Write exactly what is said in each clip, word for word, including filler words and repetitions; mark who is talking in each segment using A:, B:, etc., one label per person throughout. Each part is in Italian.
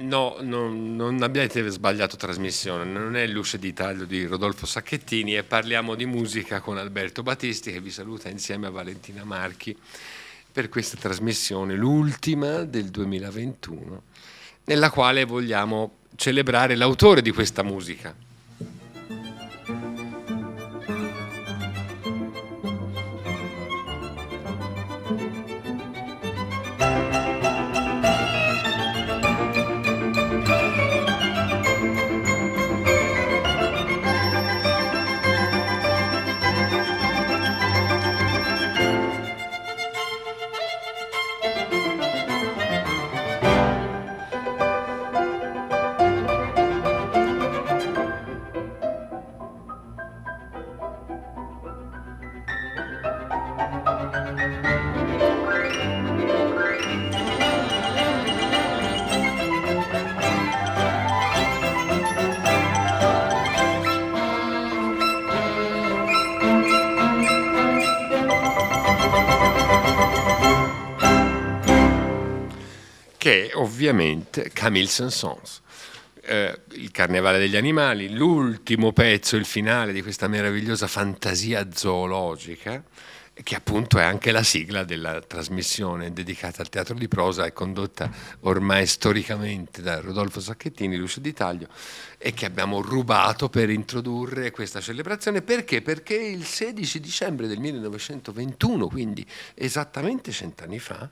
A: no, non, non abbiate sbagliato trasmissione, non è Luce di Taglio di Rodolfo Sacchettini e parliamo di musica con Alberto Battisti, che vi saluta insieme a Valentina Marchi per questa trasmissione, l'ultima del duemilaventuno, nella quale vogliamo celebrare l'autore di questa musica. Che è ovviamente Camille Saint-Saëns, eh, il Carnevale degli animali, l'ultimo pezzo, il finale di questa meravigliosa fantasia zoologica, che appunto è anche la sigla della trasmissione dedicata al teatro di prosa e condotta ormai storicamente da Rodolfo Sacchettini, Luce di Taglio, e che abbiamo rubato per introdurre questa celebrazione. Perché? Perché il sedici dicembre del millenovecentoventuno, quindi esattamente cent'anni fa,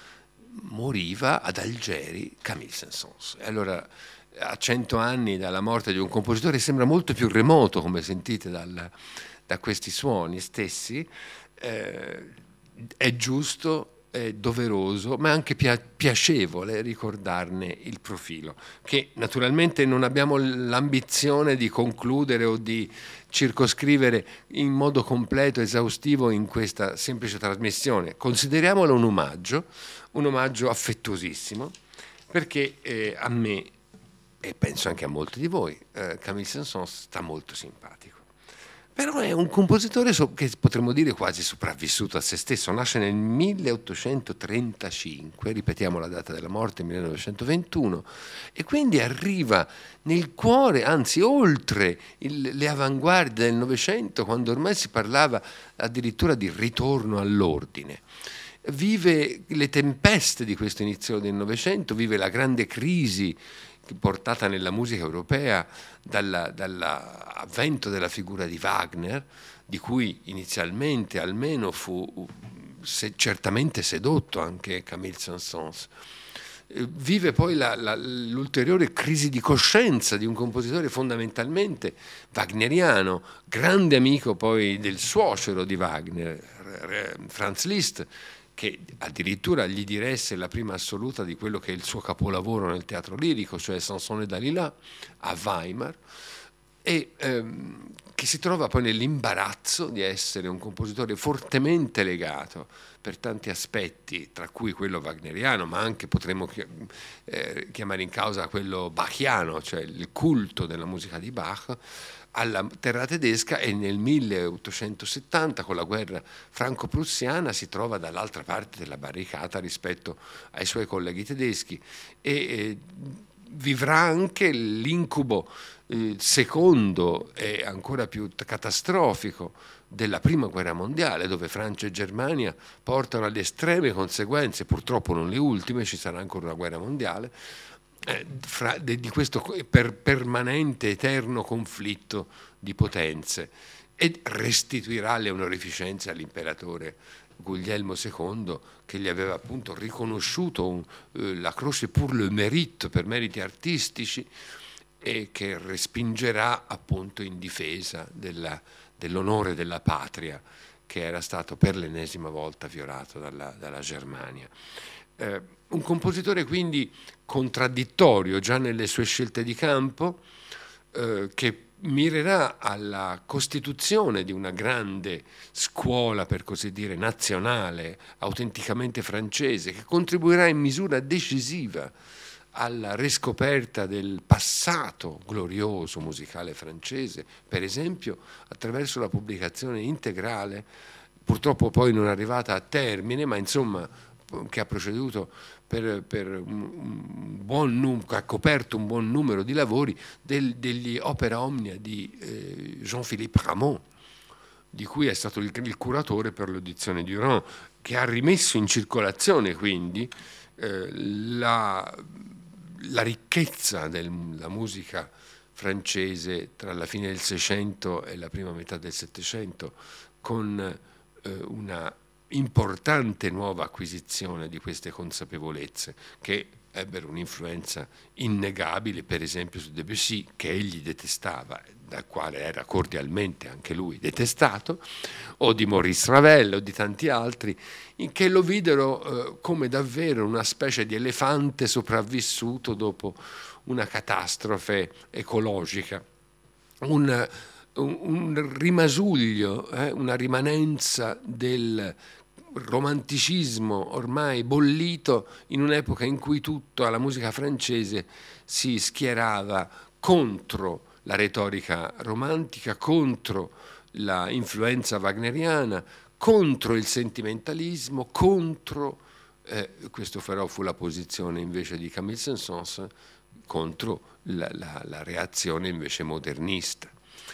A: moriva ad Algeri Camille Saint-Saëns. E allora, a cento anni dalla morte di un compositore, sembra molto più remoto, come sentite dal, da questi suoni stessi, eh, è giusto, è doveroso, ma anche pia- piacevole ricordarne il profilo, che naturalmente non abbiamo l'ambizione di concludere o di circoscrivere in modo completo, esaustivo in questa semplice trasmissione. Consideriamolo un omaggio, un omaggio affettuosissimo, perché eh, a me, e penso anche a molti di voi, eh, Camille Saint-Saëns sta molto simpatico. Però è un compositore so- che potremmo dire quasi sopravvissuto a se stesso. Nasce nel milleottocentotrentacinque, ripetiamo la data della morte, millenovecentoventuno, e quindi arriva nel cuore, anzi oltre il, le avanguardie del Novecento, quando ormai si parlava addirittura di ritorno all'ordine. Vive le tempeste di questo inizio del Novecento, vive la grande crisi portata nella musica europea dall'avvento della figura di Wagner, di cui inizialmente almeno fu se, certamente sedotto anche Camille Saint-Saëns. Vive poi la, la, l'ulteriore crisi di coscienza di un compositore fondamentalmente wagneriano, grande amico poi del suocero di Wagner, Franz Liszt, che addirittura gli diresse la prima assoluta di quello che è il suo capolavoro nel teatro lirico, cioè Samson et Dalila, a Weimar, e ehm, che si trova poi nell'imbarazzo di essere un compositore fortemente legato per tanti aspetti, tra cui quello wagneriano, ma anche potremmo chiamare in causa quello bachiano, cioè il culto della musica di Bach, alla terra tedesca, e nel milleottocentosettanta con la guerra franco-prussiana si trova dall'altra parte della barricata rispetto ai suoi colleghi tedeschi e eh, vivrà anche l'incubo eh, secondo e ancora più catastrofico della prima guerra mondiale, dove Francia e Germania portano alle estreme conseguenze, purtroppo non le ultime, ci sarà ancora una guerra mondiale, Eh, fra, de, di questo per, permanente, eterno conflitto di potenze, e restituirà le onorificenze all'imperatore Guglielmo secondo, che gli aveva appunto riconosciuto un, eh, la Croce pour le mérite, per meriti artistici, e che respingerà appunto in difesa della, dell'onore della patria, che era stato per l'ennesima volta violato dalla, dalla Germania. Eh, un compositore quindi contraddittorio già nelle sue scelte di campo, eh, che mirerà alla costituzione di una grande scuola, per così dire, nazionale, autenticamente francese, che contribuirà in misura decisiva alla riscoperta del passato glorioso musicale francese, per esempio attraverso la pubblicazione integrale, purtroppo poi non arrivata a termine, ma insomma che ha proceduto per, per un buon num- ha coperto un buon numero di lavori del, degli opera omnia di eh, Jean-Philippe Rameau, di cui è stato il, il curatore per l'audizione di Rouen, che ha rimesso in circolazione quindi eh, la, la ricchezza della musica francese tra la fine del Seicento e la prima metà del Settecento, con eh, una importante nuova acquisizione di queste consapevolezze che ebbero un'influenza innegabile, per esempio su Debussy, che egli detestava, dal quale era cordialmente anche lui detestato, o di Maurice Ravel o di tanti altri, in che lo videro eh, come davvero una specie di elefante sopravvissuto dopo una catastrofe ecologica, un, un, un rimasuglio, eh, una rimanenza del romanticismo ormai bollito in un'epoca in cui tutta la musica francese si schierava contro la retorica romantica, contro la influenza wagneriana, contro il sentimentalismo, contro, eh, questo però fu la posizione invece di Camille Saint-Saëns, contro la, la, la reazione invece modernista.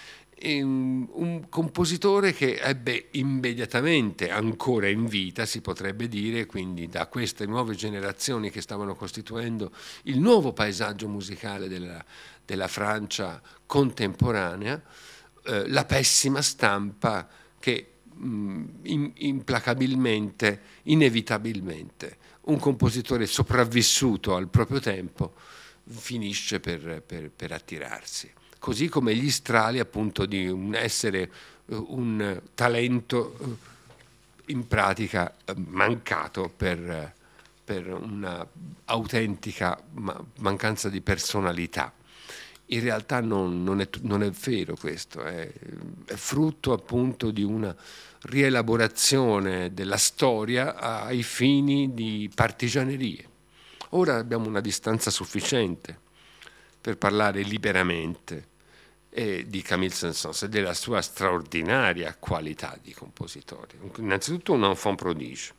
A: E un, un compositore che ebbe immediatamente, ancora in vita si potrebbe dire, quindi da queste nuove generazioni che stavano costituendo il nuovo paesaggio musicale della, della Francia contemporanea, eh, la pessima stampa che mh, in, implacabilmente, inevitabilmente, un compositore sopravvissuto al proprio tempo finisce per, per, per attirarsi. Così come gli strali appunto di un essere un talento in pratica mancato per, per una autentica mancanza di personalità. In realtà non, non, è, non è vero questo, è, è frutto appunto di una rielaborazione della storia ai fini di partigianerie. Ora abbiamo una distanza sufficiente per parlare liberamente eh, di Camille Saint-Saëns e della sua straordinaria qualità di compositore. Innanzitutto un enfant prodige,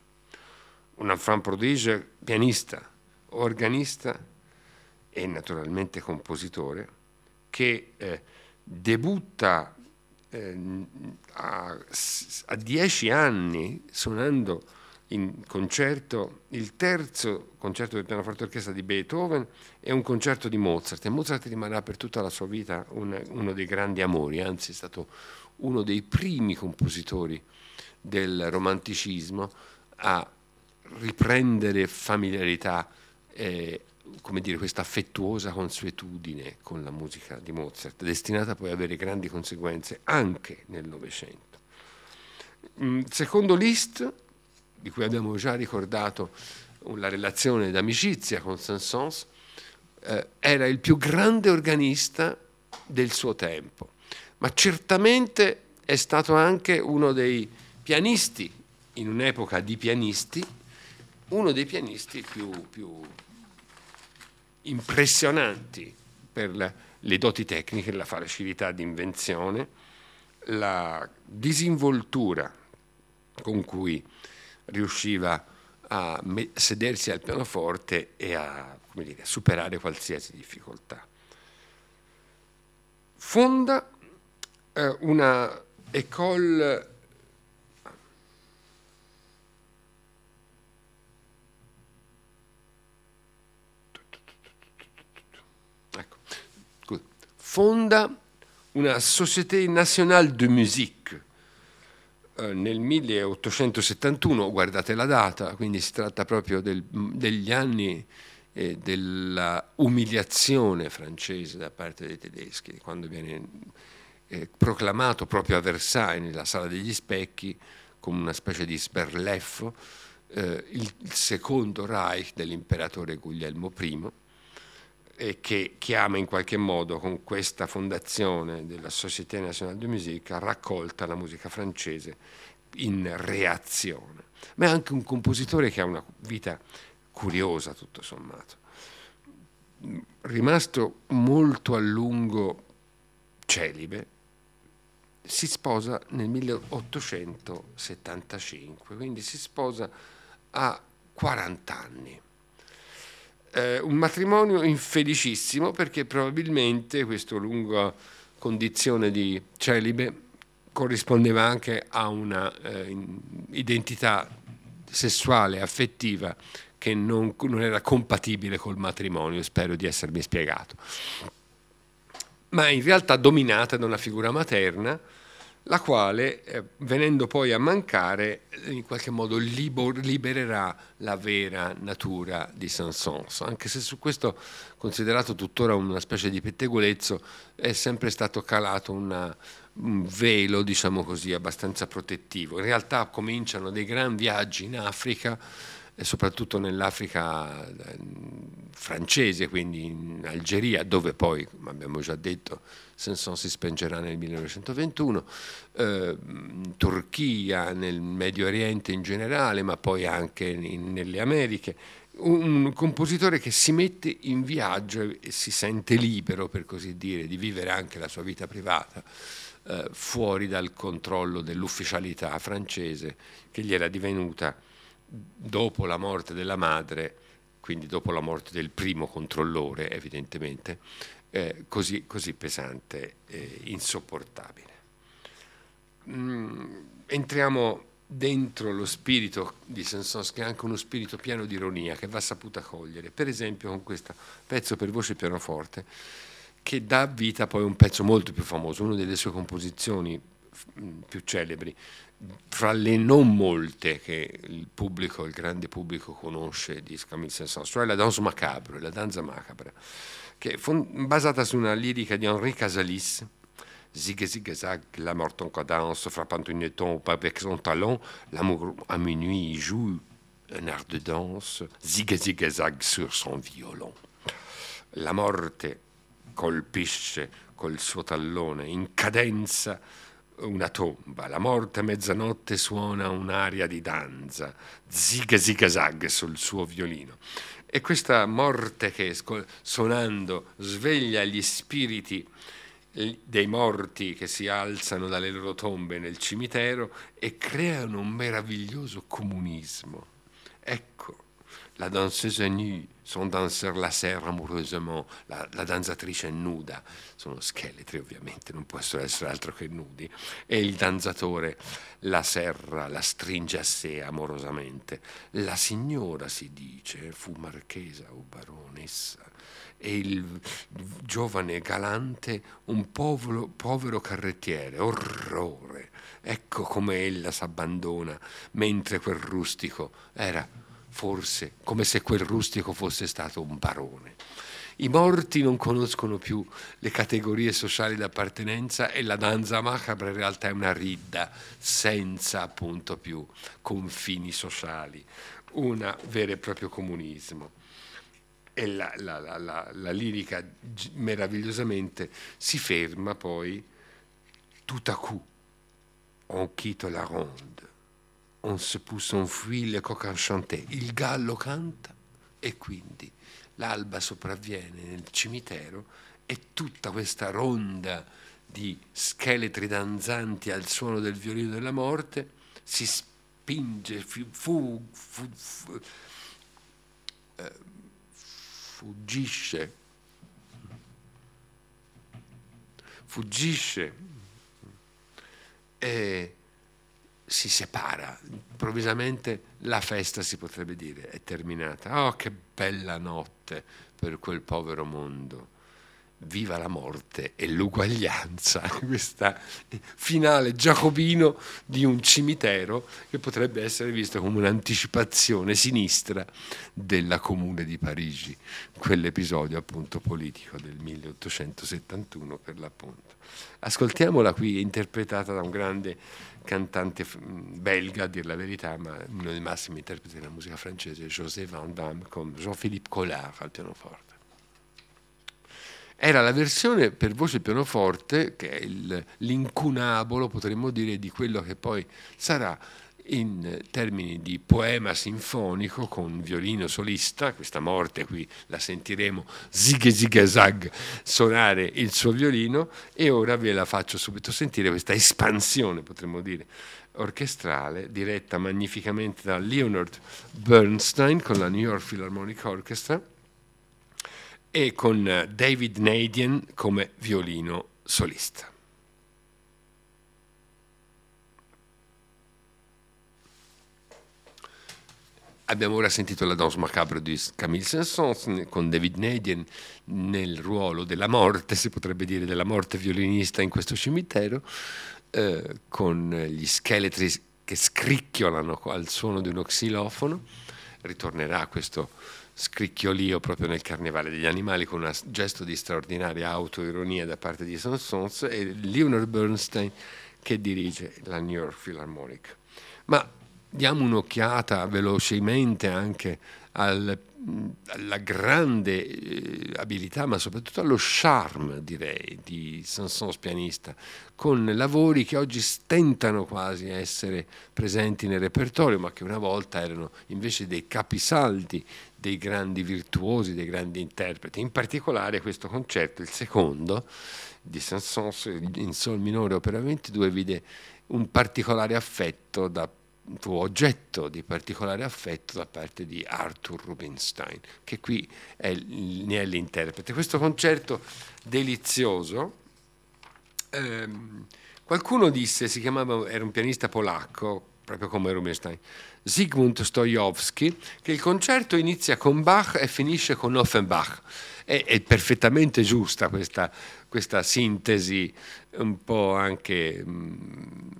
A: un enfant prodige pianista, organista e naturalmente compositore, che eh, debutta eh, a, a dieci anni suonando in concerto il terzo concerto del pianoforte orchestra di Beethoven e un concerto di Mozart, e Mozart rimarrà per tutta la sua vita un, uno dei grandi amori, anzi è stato uno dei primi compositori del romanticismo a riprendere familiarità, eh, come dire, questa affettuosa consuetudine con la musica di Mozart, destinata poi ad avere grandi conseguenze anche nel Novecento. Secondo Liszt, di cui abbiamo già ricordato la relazione d'amicizia con Saint-Saëns, eh, era il più grande organista del suo tempo, ma certamente è stato anche uno dei pianisti, in un'epoca di pianisti, uno dei pianisti più, più impressionanti per la, le doti tecniche, la facilità di invenzione, la disinvoltura con cui riusciva a sedersi al pianoforte e a, come dire, superare qualsiasi difficoltà. Fonda eh, una école ecco, scusa, fonda una Société Nationale de Musique nel milleottocentosettantuno, guardate la data, quindi si tratta proprio del, degli anni eh, della umiliazione francese da parte dei tedeschi, quando viene eh, proclamato proprio a Versailles, nella Sala degli Specchi, come una specie di sberleffo, eh, il, il secondo Reich dell'imperatore Guglielmo I, e che chiama in qualche modo, con questa fondazione della Société Nationale de Musique, raccolta la musica francese in reazione. Ma è anche un compositore che ha una vita curiosa, tutto sommato. Rimasto molto a lungo celibe, si sposa nel milleottocentosettantacinque, quindi si sposa a quaranta anni. Eh, un matrimonio infelicissimo, perché probabilmente questa lunga condizione di celibe corrispondeva anche a una eh, identità sessuale, affettiva, che non, non era compatibile col matrimonio, spero di essermi spiegato, ma in realtà dominata da una figura materna, la quale, eh, venendo poi a mancare, in qualche modo libor, libererà la vera natura di Saint-Saëns, anche se su questo, considerato tuttora una specie di pettegolezzo, è sempre stato calato una, un velo, diciamo così, abbastanza protettivo. In realtà cominciano dei gran viaggi in Africa, e soprattutto nell'Africa francese, quindi in Algeria, dove poi, come abbiamo già detto, Saint-Saëns si spengerà nel millenovecentoventuno, eh, in Turchia, nel Medio Oriente in generale, ma poi anche in, nelle Americhe. Un compositore che si mette in viaggio e si sente libero, per così dire, di vivere anche la sua vita privata, eh, fuori dal controllo dell'ufficialità francese che gli era divenuta, dopo la morte della madre, quindi dopo la morte del primo controllore, evidentemente, eh, così, così pesante e insopportabile. Mm, entriamo dentro lo spirito di Saint-Saëns, che è anche uno spirito pieno di ironia, che va saputa cogliere, per esempio con questo pezzo per voce e pianoforte, che dà vita poi a un pezzo molto più famoso, una delle sue composizioni più celebri, fra le non molte che il pubblico, il grande pubblico conosce di Camille Saint-Saëns, cioè la danse macabre, la danza macabra, che è basata su una lirica di Henri Casalis. Zig zig zag, la mort en cadence, frappant une tombe avec son talon, l'amour à minuit joue un air de danse, zig zig zag sur son violon. La morte colpisce col suo tallone in cadenza una tomba, la morte a mezzanotte suona un'aria di danza, zig zig zag sul suo violino. E questa morte che suonando sveglia gli spiriti dei morti che si alzano dalle loro tombe nel cimitero e creano un meraviglioso comunismo. Ecco, la danseuse est nue, son danseur la serre amoureusement, la, la danzatrice è nuda, sono scheletri ovviamente, non possono essere altro che nudi, e il danzatore la serra, la stringe a sé amorosamente. La signora, si dice, fu marchesa o baronessa, e il giovane galante un povero, povero carrettiere. Orrore! Ecco come ella s'abbandona, mentre quel rustico era forse come se quel rustico fosse stato un barone. I morti non conoscono più le categorie sociali d'appartenenza e la danza macabra in realtà è una ridda senza appunto più confini sociali, un vero e proprio comunismo. E la, la, la, la, la lirica meravigliosamente si ferma poi tout à coup on quitte la ronde, on se pousse en fuit le coq enchanté, il gallo canta e quindi l'alba sopravviene nel cimitero e tutta questa ronda di scheletri danzanti al suono del violino della morte si spinge, fu, fu, fu, fu eh, fuggisce, fuggisce e si separa. Improvvisamente la festa, si potrebbe dire, è terminata. Oh, che bella notte per quel povero mondo. Viva la morte e l'uguaglianza, questo finale giacobino di un cimitero che potrebbe essere visto come un'anticipazione sinistra della Comune di Parigi, quell'episodio appunto politico del milleottocentosettantuno per l'appunto. Ascoltiamola qui, interpretata da un grande cantante belga, a dir la verità, ma uno dei massimi interpreti della musica francese, José Van Damme, con Jean-Philippe Collard al pianoforte. Era la versione per voce e pianoforte, che è il, l'incunabolo, potremmo dire, di quello che poi sarà in termini di poema sinfonico con violino solista. Questa morte qui la sentiremo zig zig zag suonare il suo violino, e ora ve la faccio subito sentire questa espansione, potremmo dire, orchestrale diretta magnificamente da Leonard Bernstein con la New York Philharmonic Orchestra e con David Nadian come violino solista. Abbiamo ora sentito la Danse macabre di Camille Saint-Saëns con David Nadian nel ruolo della morte, si potrebbe dire della morte violinista in questo cimitero, eh, con gli scheletri che scricchiolano al suono di uno xilofono. Ritornerà questo scricchiolio proprio nel Carnevale degli Animali con un gesto di straordinaria autoironia da parte di Saint-Saëns e Leonard Bernstein che dirige la New York Philharmonic. Ma diamo un'occhiata velocemente anche al, alla grande eh, abilità, ma soprattutto allo charme, direi, di Saint-Saëns pianista, con lavori che oggi stentano quasi a essere presenti nel repertorio, ma che una volta erano invece dei capisaldi dei grandi virtuosi, dei grandi interpreti. In particolare questo concerto, il secondo di Saint-Saëns in sol minore opera ventidue, vide un particolare affetto da fu oggetto di particolare affetto da parte di Arthur Rubinstein, che qui è, ne è l'interprete. Questo concerto delizioso, ehm, qualcuno disse, si chiamava, era un pianista polacco, proprio come Rubinstein, Zygmunt Stojowski, che il concerto inizia con Bach e finisce con Offenbach. È, è perfettamente giusta questa, questa sintesi, un po' anche mh,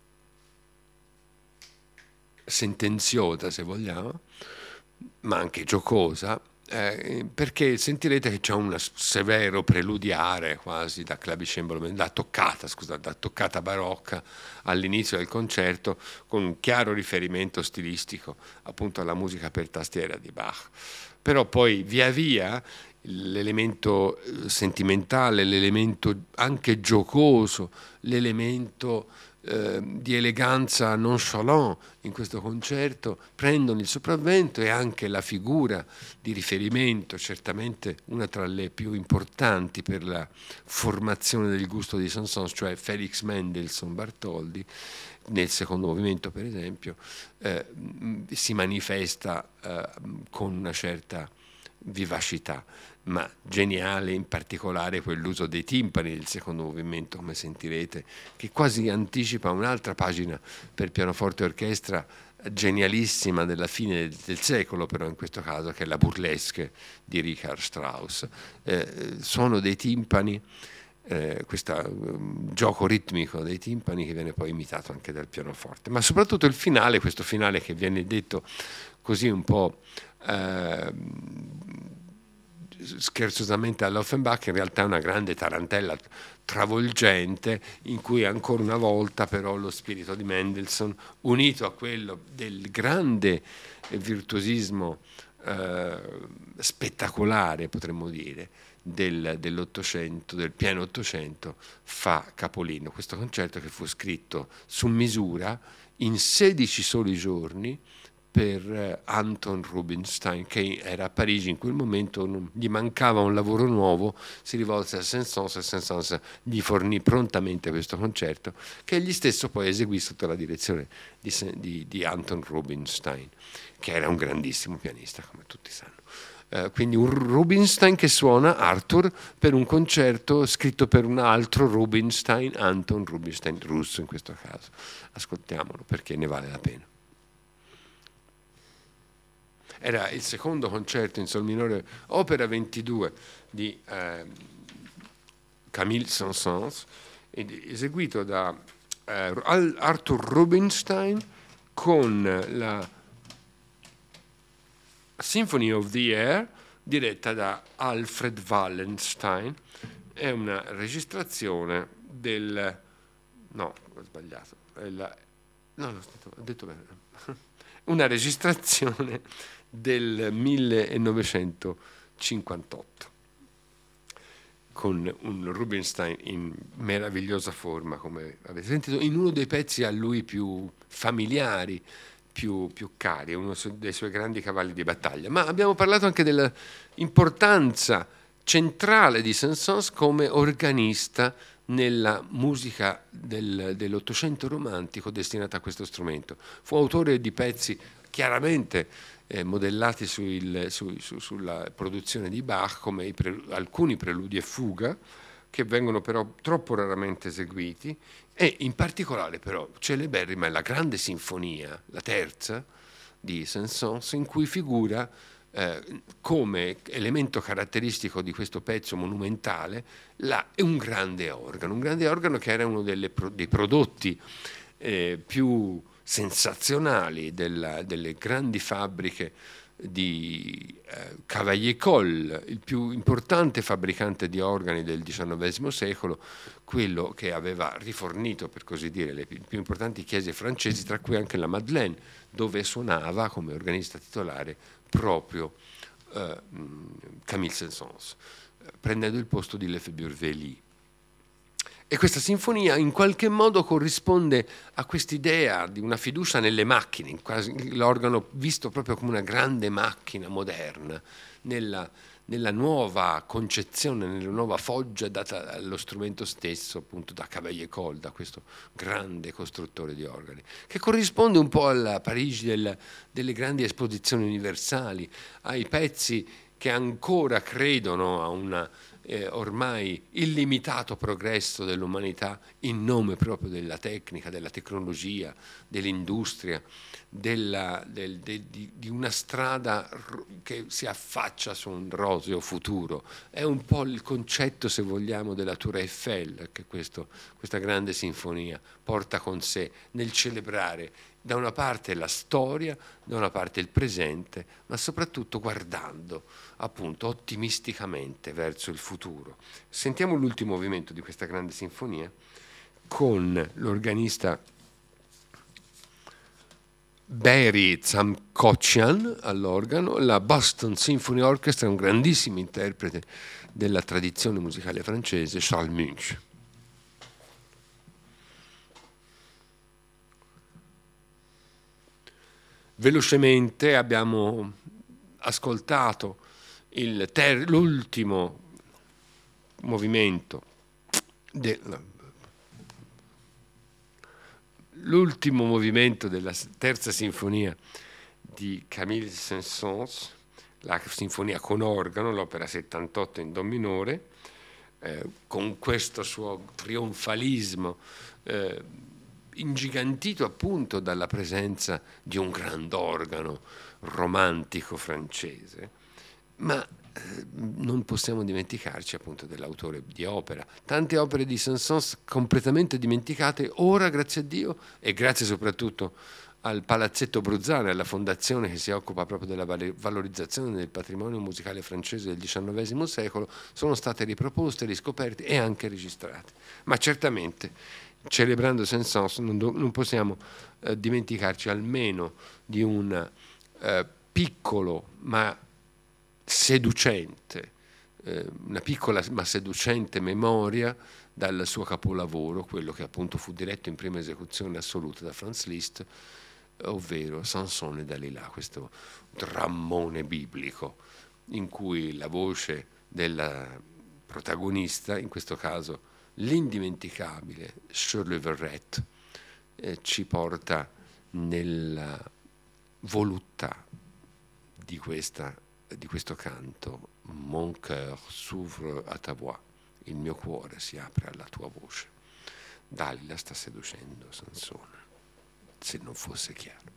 A: sentenziosa, se vogliamo, ma anche giocosa, eh, perché sentirete che c'è un severo preludiare quasi da clavicembalo, da toccata, scusate, da toccata barocca all'inizio del concerto, con un chiaro riferimento stilistico appunto alla musica per tastiera di Bach. Però poi via via l'elemento sentimentale, l'elemento anche giocoso, l'elemento eh, di eleganza nonchalant in questo concerto prendono il sopravvento, e anche la figura di riferimento, certamente una tra le più importanti per la formazione del gusto di Saint-Saëns, cioè Felix Mendelssohn Bartholdy, nel secondo movimento per esempio, eh, si manifesta eh, con una certa vivacità, ma geniale in particolare quell'uso dei timpani del secondo movimento, come sentirete, che quasi anticipa un'altra pagina per pianoforte e orchestra genialissima della fine del, del secolo, però in questo caso, che è la Burlesque di Richard Strauss. Eh, suono dei timpani, eh, questo um, gioco ritmico dei timpani che viene poi imitato anche dal pianoforte, ma soprattutto il finale, questo finale che viene detto così un po' eh, scherzosamente all'Offenbach, in realtà è una grande tarantella travolgente in cui ancora una volta però lo spirito di Mendelssohn, unito a quello del grande virtuosismo eh, spettacolare, potremmo dire, del, dell'Ottocento, del pieno Ottocento, fa capolino. Questo concerto che fu scritto su misura in sedici soli giorni per Anton Rubinstein, che era a Parigi in quel momento, non, gli mancava un lavoro nuovo, si rivolse a Saint-Saëns e Saint-Saëns gli fornì prontamente questo concerto, che egli stesso poi eseguì sotto la direzione di, di, di Anton Rubinstein, che era un grandissimo pianista, come tutti sanno. Uh, quindi un Rubinstein che suona Arthur per un concerto scritto per un altro Rubinstein, Anton Rubinstein, russo in questo caso. Ascoltiamolo perché ne vale la pena. Era il secondo concerto in sol minore, opera ventidue di eh, Camille Saint-Saëns, eseguito da eh, Arthur Rubinstein con la Symphony of the Air diretta da Alfred Wallenstein. È una registrazione del... no, ho sbagliato. È la, no, ho detto bene. Una registrazione del millenovecentocinquantotto con un Rubinstein in meravigliosa forma, come avete sentito, in uno dei pezzi a lui più familiari, più, più cari, uno dei suoi grandi cavalli di battaglia. Ma abbiamo parlato anche dell'importanza centrale di Saint-Saëns come organista nella musica del, dell'Ottocento romantico destinata a questo strumento. Fu autore di pezzi chiaramente eh, modellati sul, su, su, sulla produzione di Bach, come i pre, alcuni preludi e fuga, che vengono però troppo raramente eseguiti, e in particolare però celeberrima è la grande sinfonia, la terza, di Saint-Saëns, in cui figura eh, come elemento caratteristico di questo pezzo monumentale la, un grande organo, un grande organo che era uno delle, dei prodotti eh, più sensazionali della, delle grandi fabbriche di eh, Cavaillé-Coll, il più importante fabbricante di organi del diciannovesimo secolo, quello che aveva rifornito, per così dire, le più importanti chiese francesi, tra cui anche la Madeleine, dove suonava come organista titolare proprio eh, Camille Saint-Saëns, prendendo il posto di Lefebvre-Wely. E questa sinfonia in qualche modo corrisponde a quest'idea di una fiducia nelle macchine, quasi l'organo visto proprio come una grande macchina moderna, nella, nella nuova concezione, nella nuova foggia data allo strumento stesso, appunto da Cavaillé-Coll, da questo grande costruttore di organi, che corrisponde un po' alla Parigi del, delle grandi esposizioni universali, ai pezzi che ancora credono a una Eh, ormai illimitato progresso dell'umanità in nome proprio della tecnica, della tecnologia, dell'industria, della, del, de, di, di una strada che si affaccia su un roseo futuro. È un po' il concetto, se vogliamo, della Tour Eiffel che questo, questa grande sinfonia porta con sé nel celebrare da una parte la storia, da una parte il presente, ma soprattutto guardando appunto ottimisticamente verso il futuro. Sentiamo l'ultimo movimento di questa grande sinfonia con l'organista Barry Tzamkoscian all'organo. La Boston Symphony Orchestra è un grandissimo interprete della tradizione musicale francese, Charles Munch. Velocemente abbiamo ascoltato il ter- l'ultimo movimento de- l'ultimo movimento della terza sinfonia di Camille Saint-Saëns, la sinfonia con organo, l'opera settantotto in do minore, eh, con questo suo trionfalismo eh, ingigantito appunto dalla presenza di un grand'organo romantico francese, ma eh, non possiamo dimenticarci appunto dell'autore di opera. Tante opere di Saint-Saëns completamente dimenticate, ora grazie a Dio e grazie soprattutto al Palazzetto Bruzzane, alla fondazione che si occupa proprio della valorizzazione del patrimonio musicale francese del diciannovesimo secolo, sono state riproposte, riscoperte e anche registrate. Ma certamente, celebrando Saint-Saëns, non, do, non possiamo eh, dimenticarci almeno di un eh, piccolo ma seducente, eh, una piccola ma seducente memoria dal suo capolavoro, quello che appunto fu diretto in prima esecuzione assoluta da Franz Liszt, ovvero Sansone e Dalila, questo drammone biblico in cui la voce della protagonista, in questo caso l'indimenticabile Shirley Verrett, eh, ci porta nella voluttà di, questa, di questo canto. Mon cœur s'ouvre à ta voix, il mio cuore si apre alla tua voce. Dalila sta seducendo Sansone, se non fosse chiaro.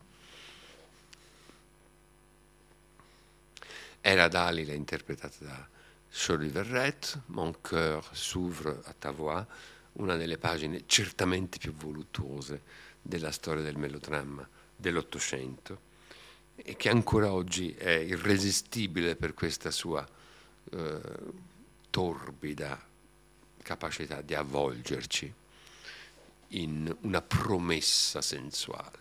A: Era Dalila interpretata da Shirley Verrett, Mon cœur s'ouvre à ta voix, una delle pagine certamente più voluttuose della storia del melodramma dell'Ottocento e che ancora oggi è irresistibile per questa sua eh, torbida capacità di avvolgerci in una promessa sensuale.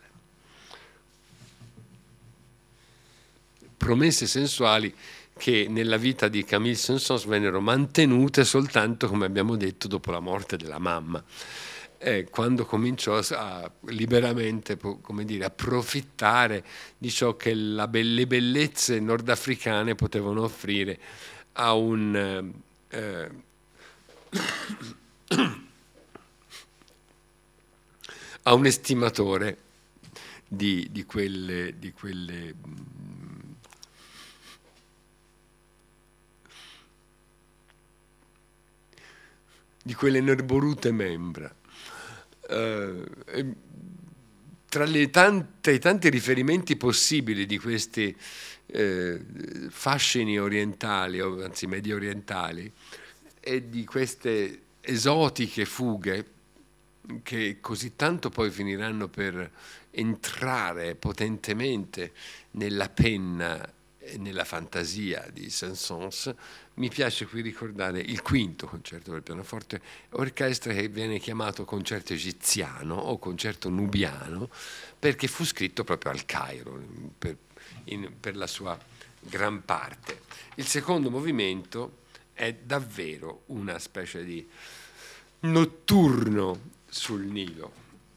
A: Promesse sensuali che nella vita di Camille Saint-Saëns vennero mantenute soltanto, come abbiamo detto, dopo la morte della mamma, eh, quando cominciò a liberamente, come dire, approfittare di ciò che la be- le bellezze nordafricane potevano offrire a un eh, a un estimatore di, di quelle, di quelle di quelle nerborute membra. Uh, e, tra le tante, i tanti riferimenti possibili di questi eh, fascini orientali, o anzi medio orientali, e di queste esotiche fughe che così tanto poi finiranno per entrare potentemente nella penna e nella fantasia di Saint-Saëns, mi piace qui ricordare il quinto concerto per pianoforte orchestra, che viene chiamato concerto egiziano o concerto nubiano, perché fu scritto proprio al Cairo per, in, per la sua gran parte. Il secondo movimento è davvero una specie di notturno sul Nilo.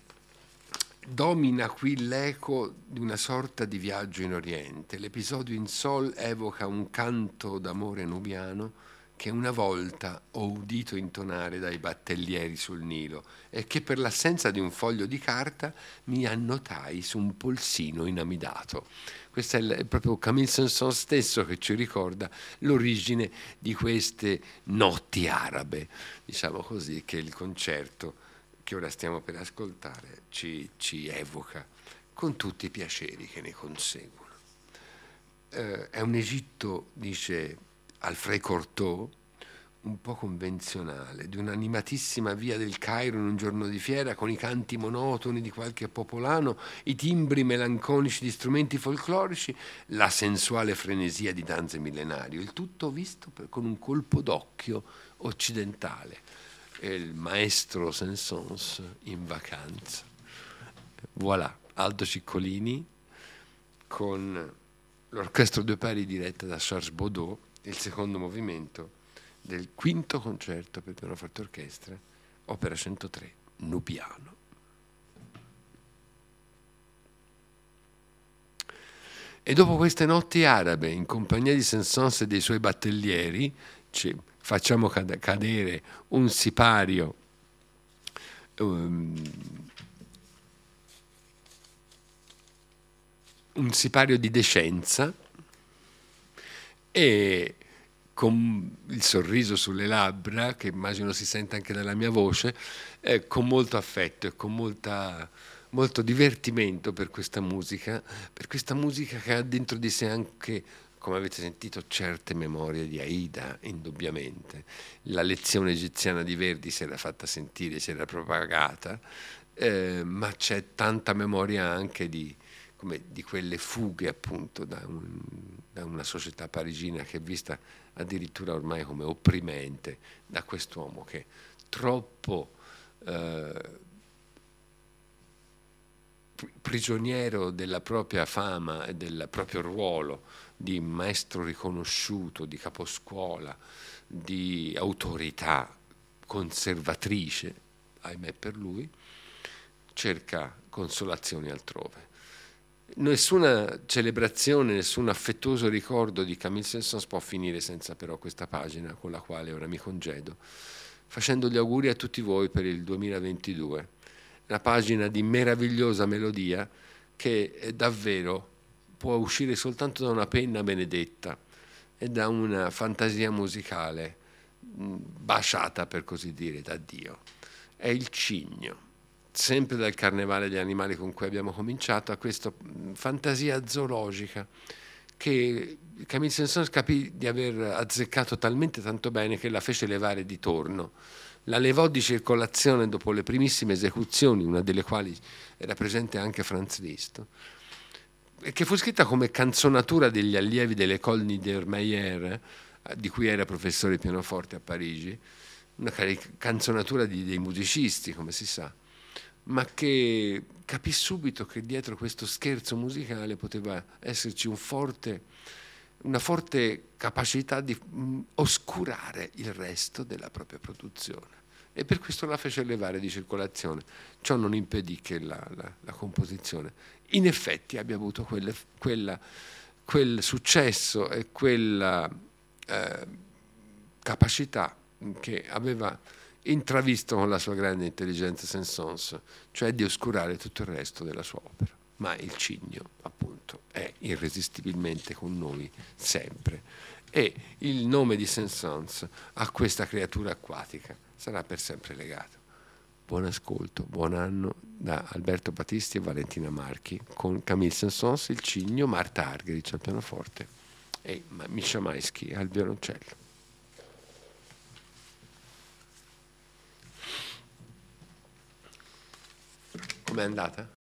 A: Domina qui l'eco di una sorta di viaggio in Oriente. L'episodio in sol evoca un canto d'amore nubiano che una volta ho udito intonare dai battellieri sul Nilo e che per l'assenza di un foglio di carta mi annotai su un polsino inamidato. Questo è, il, è proprio Camille Saint-Saëns stesso che ci ricorda l'origine di queste notti arabe, diciamo così, che il concerto che ora stiamo per ascoltare ci, ci evoca con tutti i piaceri che ne conseguono. Eh, è un Egitto, dice Alfred Cortot, un po' convenzionale, di un'animatissima via del Cairo in un giorno di fiera, con i canti monotoni di qualche popolano, i timbri melanconici di strumenti folclorici, la sensuale frenesia di danze millenarie, il tutto visto per, con un colpo d'occhio occidentale. È il maestro Saint-Saëns in vacanza. Voilà, Aldo Ciccolini con l'Orchestre de Paris diretta da Charles Baudot, il secondo movimento del quinto concerto per pianoforte orchestra, opera centotré, Nubiano. E dopo queste notti arabe, in compagnia di Saint-Saëns e dei suoi battellieri, ci facciamo cadere un sipario um, un sipario di decenza e con il sorriso sulle labbra, che immagino si senta anche dalla mia voce, eh, con molto affetto e con molta, molto divertimento per questa musica, per questa musica che ha dentro di sé anche, come avete sentito, certe memorie di Aida, indubbiamente. La lezione egiziana di Verdi si era fatta sentire, si era propagata, eh, ma c'è tanta memoria anche di, come, di quelle fughe appunto da, un, da una società parigina che è vista addirittura ormai come opprimente da quest'uomo che troppo eh, prigioniero della propria fama e del proprio ruolo di maestro riconosciuto, di caposcuola, di autorità conservatrice, ahimè per lui, cerca consolazioni altrove. Nessuna celebrazione, nessun affettuoso ricordo di Camille Saint-Saëns può finire senza però questa pagina con la quale ora mi congedo, facendo gli auguri a tutti voi per il duemilaventidue. Una pagina di meravigliosa melodia che davvero può uscire soltanto da una penna benedetta e da una fantasia musicale baciata, per così dire, da Dio. È il cigno, sempre dal Carnevale degli animali con cui abbiamo cominciato, a questa fantasia zoologica che Camille Saint-Saëns capì di aver azzeccato talmente tanto bene che la fece levare di torno. La levò di circolazione dopo le primissime esecuzioni, una delle quali era presente anche Franz Liszt, e che fu scritta come canzonatura degli allievi dell'École Niedermeyer, di cui era professore di pianoforte a Parigi, una canzonatura di, dei musicisti, come si sa, ma che capì subito che dietro questo scherzo musicale poteva esserci un forte, una forte capacità di mh, oscurare il resto della propria produzione, e per questo la fece levare di circolazione. Ciò non impedì che la, la, la composizione in effetti abbia avuto quelle, quella, quel successo e quella eh, capacità che aveva intravisto con la sua grande intelligenza Saint-Saëns, cioè di oscurare tutto il resto della sua opera. Ma il cigno, appunto, è irresistibilmente con noi sempre, e il nome di Saint-Saëns a questa creatura acquatica sarà per sempre legato. Buon ascolto, buon anno da Alberto Battisti e Valentina Marchi con Camille Saint-Saëns, il cigno, Marta Argerich al pianoforte e Misha Maisky al violoncello. Com'è andata?